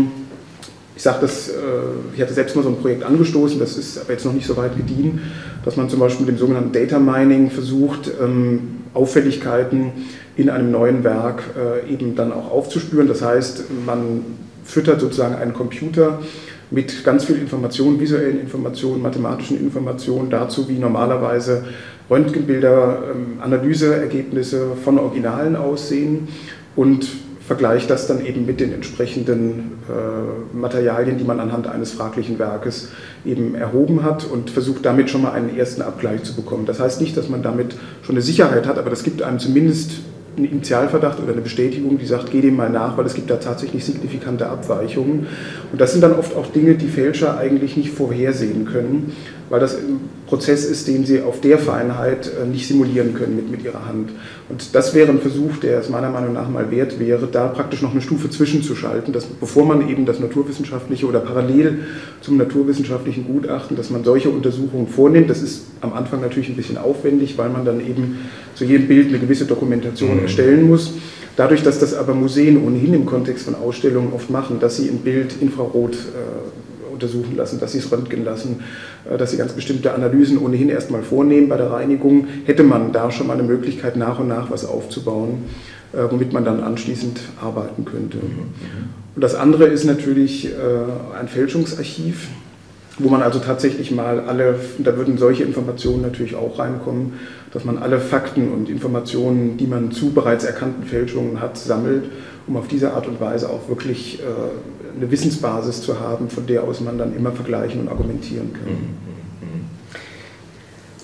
ich sage das, ich hatte selbst mal so ein Projekt angestoßen, das ist aber jetzt noch nicht so weit gediehen, dass man zum Beispiel mit dem sogenannten Data Mining versucht, Auffälligkeiten in einem neuen Werk eben dann auch aufzuspüren. Das heißt, man füttert sozusagen einen Computer mit ganz viel Informationen, visuellen Informationen, mathematischen Informationen dazu, wie normalerweise Röntgenbilder, Analyseergebnisse von Originalen aussehen und vergleicht das dann eben mit den entsprechenden Materialien, die man anhand eines fraglichen Werkes eben erhoben hat und versucht damit schon mal einen ersten Abgleich zu bekommen. Das heißt nicht, dass man damit schon eine Sicherheit hat, aber das gibt einem zumindest einen Initialverdacht oder eine Bestätigung, die sagt, geh dem mal nach, weil es gibt da tatsächlich signifikante Abweichungen. Und das sind dann oft auch Dinge, die Fälscher eigentlich nicht vorhersehen können, weil das ein Prozess ist, den sie auf der Feinheit nicht simulieren können mit ihrer Hand. Und das wäre ein Versuch, der es meiner Meinung nach mal wert wäre, da praktisch noch eine Stufe zwischenzuschalten, dass bevor man eben das naturwissenschaftliche oder parallel zum naturwissenschaftlichen Gutachten, dass man solche Untersuchungen vornimmt. Das ist am Anfang natürlich ein bisschen aufwendig, weil man dann eben zu jedem Bild eine gewisse Dokumentation erstellen muss. Dadurch, dass das aber Museen ohnehin im Kontext von Ausstellungen oft machen, dass sie ein Bild infrarot untersuchen lassen, dass sie es röntgen lassen, dass sie ganz bestimmte Analysen ohnehin erstmal vornehmen bei der Reinigung, hätte man da schon mal eine Möglichkeit, nach und nach was aufzubauen, womit man dann anschließend arbeiten könnte. Und das andere ist natürlich ein Fälschungsarchiv, wo man also tatsächlich mal alle, da würden solche Informationen natürlich auch reinkommen, dass man alle Fakten und Informationen, die man zu bereits erkannten Fälschungen hat, sammelt, um auf diese Art und Weise auch wirklich eine Wissensbasis zu haben, von der aus man dann immer vergleichen und argumentieren kann.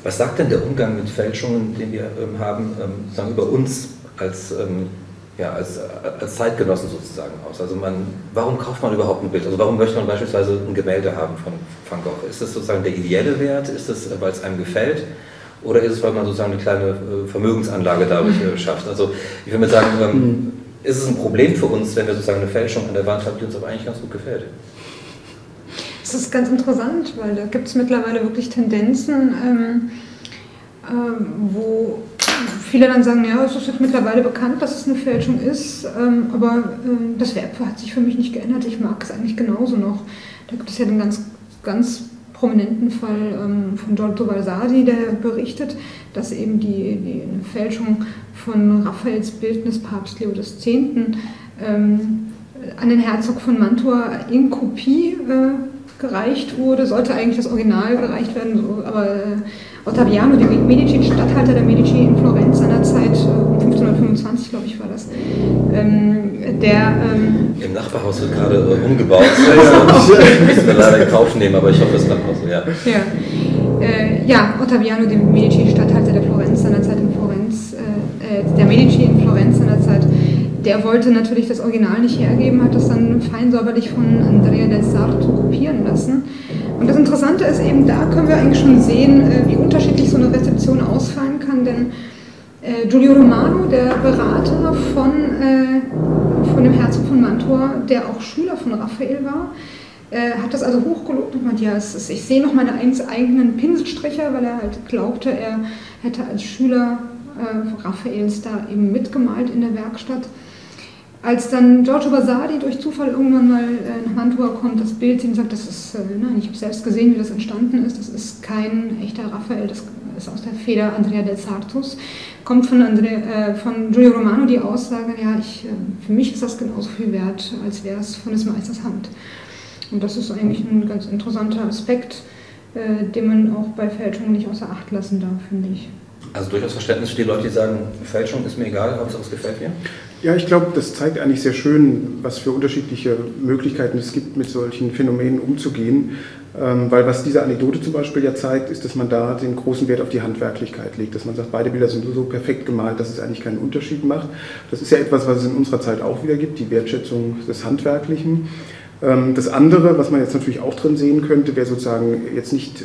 Was sagt denn der Umgang mit Fälschungen, den wir haben, sagen über uns als Zeitgenossen sozusagen aus? Also warum kauft man überhaupt ein Bild? Also warum möchte man beispielsweise ein Gemälde haben von Van Gogh? Ist das sozusagen der ideelle Wert? Ist das, weil es einem gefällt? Oder ist es, weil man sozusagen eine kleine Vermögensanlage dadurch schafft? Also ich würde mal sagen, ist es ein Problem für uns, wenn wir sozusagen eine Fälschung an der Wand haben, die uns aber eigentlich ganz gut gefällt? Das ist ganz interessant, weil da gibt es mittlerweile wirklich Tendenzen, wo viele dann sagen, ja, es ist jetzt mittlerweile bekannt, dass es eine Fälschung ist, aber das Werk hat sich für mich nicht geändert, ich mag es eigentlich genauso noch. Da gibt es ja den ganz prominenten Fall von Giorgio Vasari, der berichtet, dass eben die Fälschung von Raffaels Bildnis Papst Leo X. An den Herzog von Mantua in Kopie gereicht wurde, sollte eigentlich das Original gereicht werden, aber Ottaviano de Medici, Statthalter der Medici in Florenz seinerzeit, um 1525 glaube ich war das, Im Nachbarhaus wird gerade umgebaut, also müssen wir leider in Kauf nehmen, aber ich hoffe, es klappt noch so, ja, Ottaviano de Medici, Statthalter der Florenz seinerzeit in Florenz, der Medici in Florenz seinerzeit, der wollte natürlich das Original nicht hergeben, hat das dann fein säuberlich von Andrea del Sarto kopieren lassen. Und das Interessante ist eben, da können wir eigentlich schon sehen, wie unterschiedlich so eine Rezeption ausfallen kann, denn Giulio Romano, der Berater von dem Herzog von Mantua, der auch Schüler von Raphael war, hat das also hochgelobt und meint, ja, ich sehe noch meine eigenen Pinselstriche, weil er halt glaubte, er hätte als Schüler Raphaels da eben mitgemalt in der Werkstatt. Als dann Giorgio Vasari durch Zufall irgendwann mal nach Mantua kommt, das Bild sieht und sagt, das ist, ich habe selbst gesehen, wie das entstanden ist, das ist kein echter Raphael, das ist aus der Feder Andrea del Sartos, kommt von Giulio Romano die Aussage, ja, für mich ist das genauso viel wert, als wäre es von des Meisters Hand. Und das ist eigentlich ein ganz interessanter Aspekt, den man auch bei Fälschungen nicht außer Acht lassen darf, finde ich. Also durchaus Verständnis für die Leute, die sagen, Fälschung ist mir egal, Hauptsache es gefällt mir? Ja, ich glaube, das zeigt eigentlich sehr schön, was für unterschiedliche Möglichkeiten es gibt, mit solchen Phänomenen umzugehen. Weil was diese Anekdote zum Beispiel ja zeigt, ist, dass man da den großen Wert auf die Handwerklichkeit legt. Dass man sagt, beide Bilder sind so perfekt gemalt, dass es eigentlich keinen Unterschied macht. Das ist ja etwas, was es in unserer Zeit auch wieder gibt, die Wertschätzung des Handwerklichen. Das andere, was man jetzt natürlich auch drin sehen könnte, wäre sozusagen jetzt nicht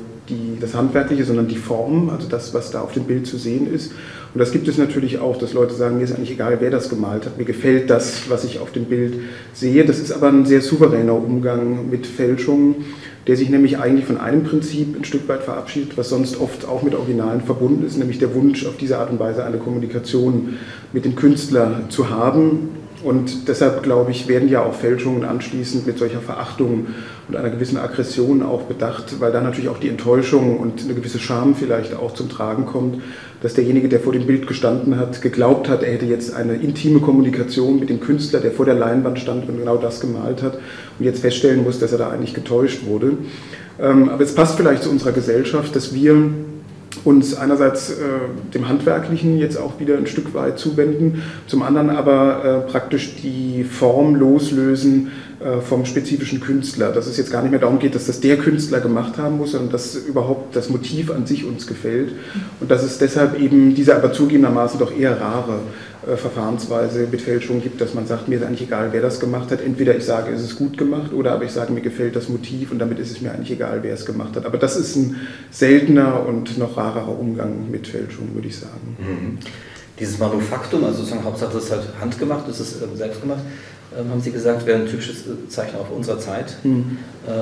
das Handwerkliche, sondern die Form, also das, was da auf dem Bild zu sehen ist. Und das gibt es natürlich auch, dass Leute sagen, mir ist eigentlich egal, wer das gemalt hat, mir gefällt das, was ich auf dem Bild sehe. Das ist aber ein sehr souveräner Umgang mit Fälschungen, der sich nämlich eigentlich von einem Prinzip ein Stück weit verabschiedet, was sonst oft auch mit Originalen verbunden ist, nämlich der Wunsch, auf diese Art und Weise eine Kommunikation mit dem Künstler zu haben. Und deshalb, glaube ich, werden ja auch Fälschungen anschließend mit solcher Verachtung und einer gewissen Aggression auch bedacht, weil da natürlich auch die Enttäuschung und eine gewisse Scham vielleicht auch zum Tragen kommt, dass derjenige, der vor dem Bild gestanden hat, geglaubt hat, er hätte jetzt eine intime Kommunikation mit dem Künstler, der vor der Leinwand stand und genau das gemalt hat und jetzt feststellen muss, dass er da eigentlich getäuscht wurde. Aber es passt vielleicht zu unserer Gesellschaft, dass wir uns einerseits dem Handwerklichen jetzt auch wieder ein Stück weit zuwenden, zum anderen aber praktisch die Form loslösen vom spezifischen Künstler. Dass es jetzt gar nicht mehr darum geht, dass das der Künstler gemacht haben muss, sondern dass überhaupt das Motiv an sich uns gefällt und dass es deshalb eben diese aber zugegebenermaßen doch eher rare Verfahrensweise mit Fälschung gibt, dass man sagt, mir ist eigentlich egal, wer das gemacht hat. Entweder ich sage, es ist gut gemacht oder aber ich sage, mir gefällt das Motiv und damit ist es mir eigentlich egal, wer es gemacht hat. Aber das ist ein seltener und noch rarerer Umgang mit Fälschung, würde ich sagen. Mhm. Dieses Manufaktum, also sozusagen Hauptsache es ist halt handgemacht, es ist selbst gemacht, haben Sie gesagt, wäre ein typisches Zeichen auch unserer Zeit. Mhm.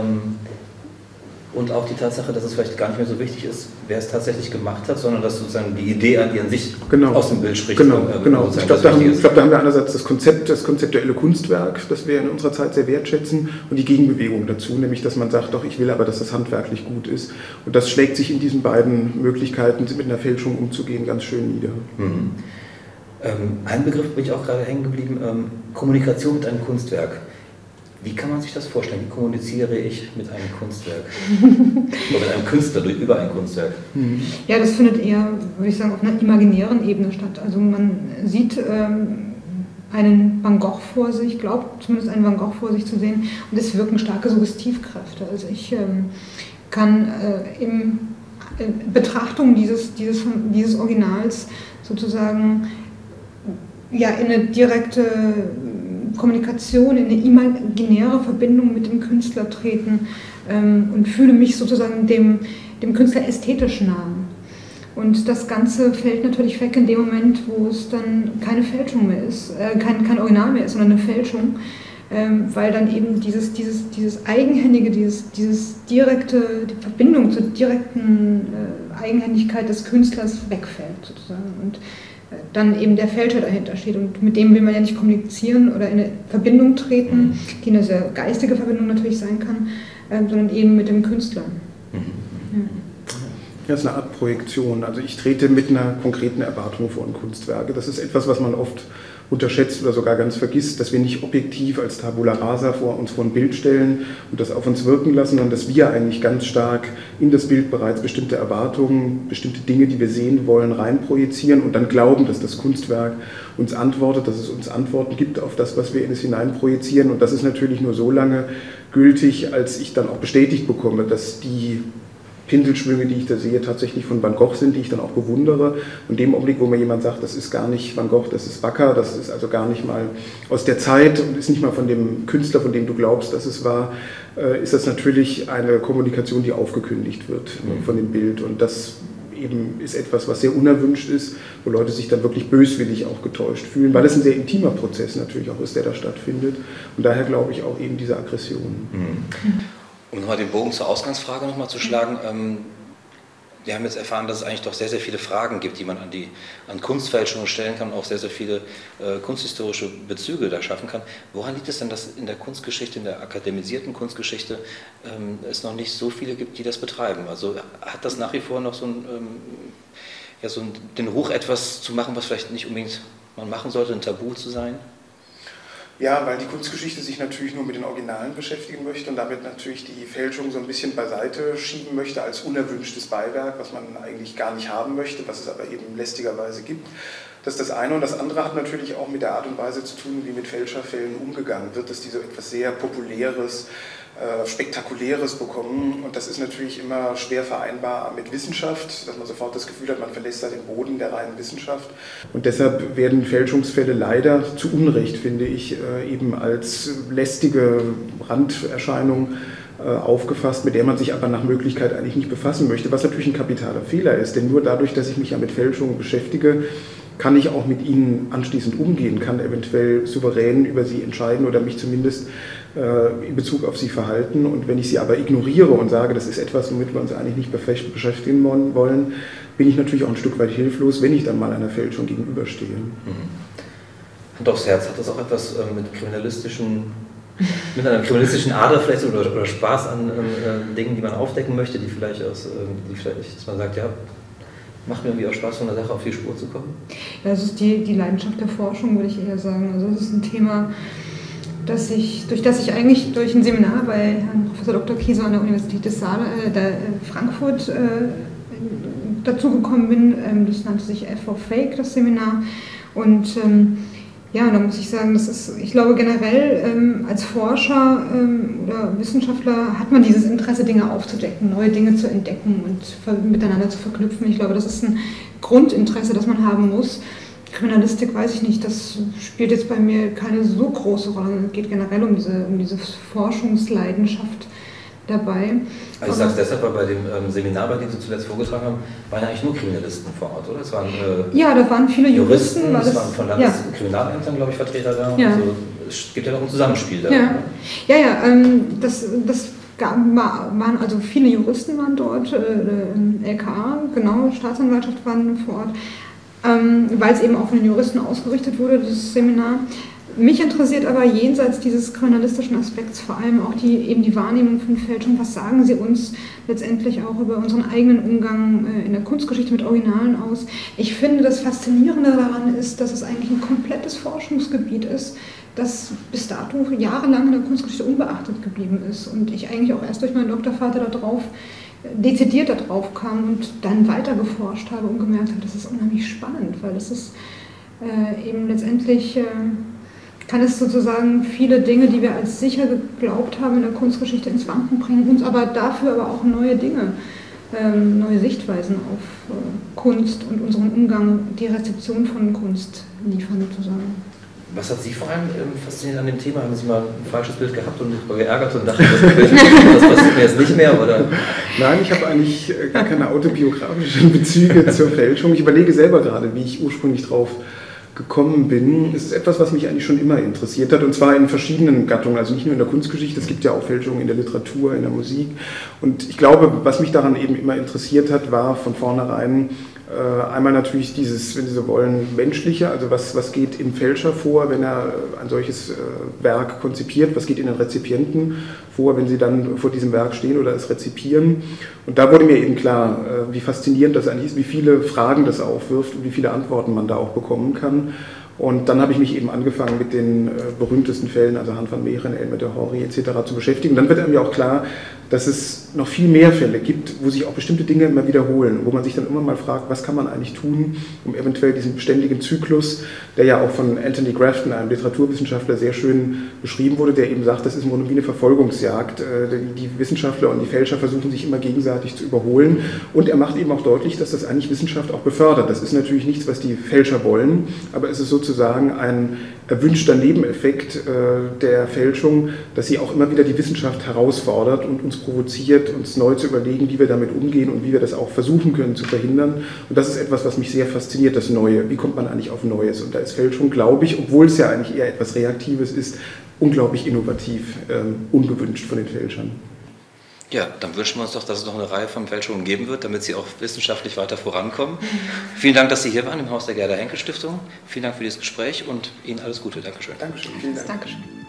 Und auch die Tatsache, dass es vielleicht gar nicht mehr so wichtig ist, wer es tatsächlich gemacht hat, sondern dass sozusagen die Idee an sich aus dem Bild spricht. Genau. Ich glaube, da haben wir einerseits das konzeptuelle Kunstwerk, das wir in unserer Zeit sehr wertschätzen, und die Gegenbewegung dazu, nämlich dass man sagt, doch, ich will aber, dass das handwerklich gut ist. Und das schlägt sich in diesen beiden Möglichkeiten, mit einer Fälschung umzugehen, ganz schön nieder. Mhm. Ein Begriff bin ich auch gerade hängen geblieben, Kommunikation mit einem Kunstwerk. Wie kann man sich das vorstellen? Wie kommuniziere ich mit einem Kunstwerk? Oder mit einem Künstler über ein Kunstwerk? Ja, das findet eher, würde ich sagen, auf einer imaginären Ebene statt. Also man sieht einen Van Gogh vor sich, glaubt zumindest einen Van Gogh vor sich zu sehen, und es wirken starke Suggestivkräfte. Also ich kann im Betrachtung dieses Originals sozusagen ja, in eine direkte Kommunikation, in eine imaginäre Verbindung mit dem Künstler treten und fühle mich sozusagen dem Künstler ästhetisch nah. Und das Ganze fällt natürlich weg in dem Moment, wo es dann keine Fälschung mehr ist, kein Original mehr ist, sondern eine Fälschung, weil dann eben dieses Eigenhändige, dieses direkte, die Verbindung zur direkten Eigenhändigkeit des Künstlers wegfällt sozusagen und dann eben der Fälscher dahinter steht und mit dem will man ja nicht kommunizieren oder in eine Verbindung treten, die eine sehr geistige Verbindung natürlich sein kann, sondern eben mit dem Künstler. Das ist eine Art Projektion. Also ich trete mit einer konkreten Erwartung vor ein Kunstwerke. Das ist etwas, was man oft unterschätzt oder sogar ganz vergisst, dass wir nicht objektiv als Tabula Rasa uns vor ein Bild stellen und das auf uns wirken lassen, sondern dass wir eigentlich ganz stark in das Bild bereits bestimmte Erwartungen, bestimmte Dinge, die wir sehen wollen, reinprojizieren und dann glauben, dass das Kunstwerk uns antwortet, dass es uns Antworten gibt auf das, was wir in es hineinprojizieren. Und das ist natürlich nur so lange gültig, als ich dann auch bestätigt bekomme, dass die Pinselschwünge, die ich da sehe, tatsächlich von Van Gogh sind, die ich dann auch bewundere. Und in dem Augenblick, wo mir jemand sagt, das ist gar nicht Van Gogh, das ist Wacker, das ist also gar nicht mal aus der Zeit und ist nicht mal von dem Künstler, von dem du glaubst, dass es war, ist das natürlich eine Kommunikation, die aufgekündigt wird von dem Bild. Und das eben ist etwas, was sehr unerwünscht ist, wo Leute sich dann wirklich böswillig auch getäuscht fühlen, weil es ein sehr intimer Prozess natürlich auch ist, der da stattfindet. Und daher glaube ich auch eben diese Aggression. Um nochmal den Bogen zur Ausgangsfrage nochmal zu schlagen, wir haben jetzt erfahren, dass es eigentlich doch sehr, sehr viele Fragen gibt, die man an Kunstfälschungen stellen kann, auch sehr, sehr viele kunsthistorische Bezüge da schaffen kann. Woran liegt es denn, dass in der Kunstgeschichte, in der akademisierten Kunstgeschichte, es noch nicht so viele gibt, die das betreiben? Also hat das nach wie vor noch den Ruch, etwas zu machen, was vielleicht nicht unbedingt man machen sollte, ein Tabu zu sein? Ja, weil die Kunstgeschichte sich natürlich nur mit den Originalen beschäftigen möchte und damit natürlich die Fälschung so ein bisschen beiseite schieben möchte als unerwünschtes Beiwerk, was man eigentlich gar nicht haben möchte, was es aber eben lästigerweise gibt. Das ist das eine. Und das andere hat natürlich auch mit der Art und Weise zu tun, wie mit Fälscherfällen umgegangen wird, dass die so etwas sehr Populäres, Spektakuläres bekommen. Und das ist natürlich immer schwer vereinbar mit Wissenschaft, dass man sofort das Gefühl hat, man verlässt da den Boden der reinen Wissenschaft. Und deshalb werden Fälschungsfälle leider zu Unrecht, finde ich, eben als lästige Randerscheinung aufgefasst, mit der man sich aber nach Möglichkeit eigentlich nicht befassen möchte, was natürlich ein kapitaler Fehler ist. Denn nur dadurch, dass ich mich ja mit Fälschungen beschäftige, kann ich auch mit ihnen anschließend umgehen, kann eventuell souverän über sie entscheiden oder mich zumindest in Bezug auf sie verhalten. Und wenn ich sie aber ignoriere und sage, das ist etwas, womit wir uns eigentlich nicht beschäftigen wollen, bin ich natürlich auch ein Stück weit hilflos, wenn ich dann mal einer Fälschung gegenüberstehe. Hand aufs Herz, hat das auch etwas mit einer kriminalistischen Ader vielleicht oder Spaß an Dingen, die man aufdecken möchte, die vielleicht dass man sagt, ja, macht mir irgendwie auch Spaß, von der Sache auf die Spur zu kommen? Ja, das ist die Leidenschaft der Forschung, würde ich eher sagen. Also das ist ein Thema, durch das ich eigentlich durch ein Seminar bei Herrn Professor Dr. Kieser an der Universität Frankfurt dazugekommen bin. Das nannte sich F for Fake, das Seminar. Und ja, da muss ich sagen, ich glaube generell als Forscher oder Wissenschaftler hat man dieses Interesse, Dinge aufzudecken, neue Dinge zu entdecken und miteinander zu verknüpfen. Ich glaube, das ist ein Grundinteresse, das man haben muss. Kriminalistik weiß ich nicht, das spielt jetzt bei mir keine so große Rolle. Es geht generell um diese Forschungsleidenschaft dabei. Also ich sage es deshalb, weil bei dem Seminar, bei dem Sie zuletzt vorgetragen haben, waren ja eigentlich nur Kriminalisten vor Ort, oder? Es waren, ja, da waren viele Juristen. Es waren von Landeskriminalämtern, glaube ich, Vertreter da. Ja. Also, es gibt ja noch ein Zusammenspiel da. Waren also viele Juristen waren dort, LKA, genau, Staatsanwaltschaft waren vor Ort, weil es eben auch von den Juristen ausgerichtet wurde, das Seminar. Mich interessiert aber jenseits dieses kriminalistischen Aspekts vor allem auch die Wahrnehmung von Fälschung. Was sagen Sie uns letztendlich auch über unseren eigenen Umgang in der Kunstgeschichte mit Originalen aus? Ich finde, das Faszinierende daran ist, dass es eigentlich ein komplettes Forschungsgebiet ist, das bis dato jahrelang in der Kunstgeschichte unbeachtet geblieben ist. Und ich eigentlich auch erst durch meinen Doktorvater dezidiert darauf kam und dann weiter geforscht habe und gemerkt habe, das ist unheimlich spannend, weil das ist eben letztendlich... kann es sozusagen viele Dinge, die wir als sicher geglaubt haben in der Kunstgeschichte, ins Wanken bringen, uns aber dafür auch neue Dinge neue Sichtweisen auf Kunst und unseren Umgang, die Rezeption von Kunst liefern sozusagen. Was hat Sie vor allem fasziniert an dem Thema? Haben Sie mal ein falsches Bild gehabt und geärgert und dachten, das passiert mir jetzt nicht mehr? Oder? Nein, ich habe eigentlich gar keine autobiografischen Bezüge zur Fälschung. Ich überlege selber gerade, wie ich ursprünglich drauf gekommen bin. Es ist etwas, was mich eigentlich schon immer interessiert hat, und zwar in verschiedenen Gattungen, also nicht nur in der Kunstgeschichte, es gibt ja auch Fälschungen in der Literatur, in der Musik. Und ich glaube, was mich daran eben immer interessiert hat, war von vornherein einmal natürlich dieses, wenn Sie so wollen, menschliche, also was geht im Fälscher vor, wenn er ein solches Werk konzipiert, was geht in den Rezipienten vor, wenn sie dann vor diesem Werk stehen oder es rezipieren. Und da wurde mir eben klar, wie faszinierend das eigentlich ist, wie viele Fragen das aufwirft und wie viele Antworten man da auch bekommen kann. Und dann habe ich mich eben angefangen mit den berühmtesten Fällen, also Han van Meeren, Elmer de Horry etc. zu beschäftigen. Dann wird einem ja auch klar, dass es noch viel mehr Fälle gibt, wo sich auch bestimmte Dinge immer wiederholen, wo man sich dann immer mal fragt, was kann man eigentlich tun, um eventuell diesen beständigen Zyklus, der ja auch von Anthony Grafton, einem Literaturwissenschaftler, sehr schön beschrieben wurde, der eben sagt, das ist im Grunde wie eine Verfolgungsjagd. Die Wissenschaftler und die Fälscher versuchen sich immer gegenseitig zu überholen, und er macht eben auch deutlich, dass das eigentlich Wissenschaft auch befördert. Das ist natürlich nichts, was die Fälscher wollen, aber es ist sozusagen ein erwünschter Nebeneffekt der Fälschung, dass sie auch immer wieder die Wissenschaft herausfordert und uns provoziert, uns neu zu überlegen, wie wir damit umgehen und wie wir das auch versuchen können zu verhindern. Und das ist etwas, was mich sehr fasziniert, das Neue. Wie kommt man eigentlich auf Neues? Und da ist Fälschung, glaube ich, obwohl es ja eigentlich eher etwas Reaktives ist, unglaublich innovativ, ungewünscht von den Fälschern. Ja, dann wünschen wir uns doch, dass es noch eine Reihe von Fälschungen geben wird, damit Sie auch wissenschaftlich weiter vorankommen. Vielen Dank, dass Sie hier waren im Haus der Gerda Henkel Stiftung. Vielen Dank für dieses Gespräch und Ihnen alles Gute. Dankeschön. Dankeschön. Vielen Dank. Dankeschön.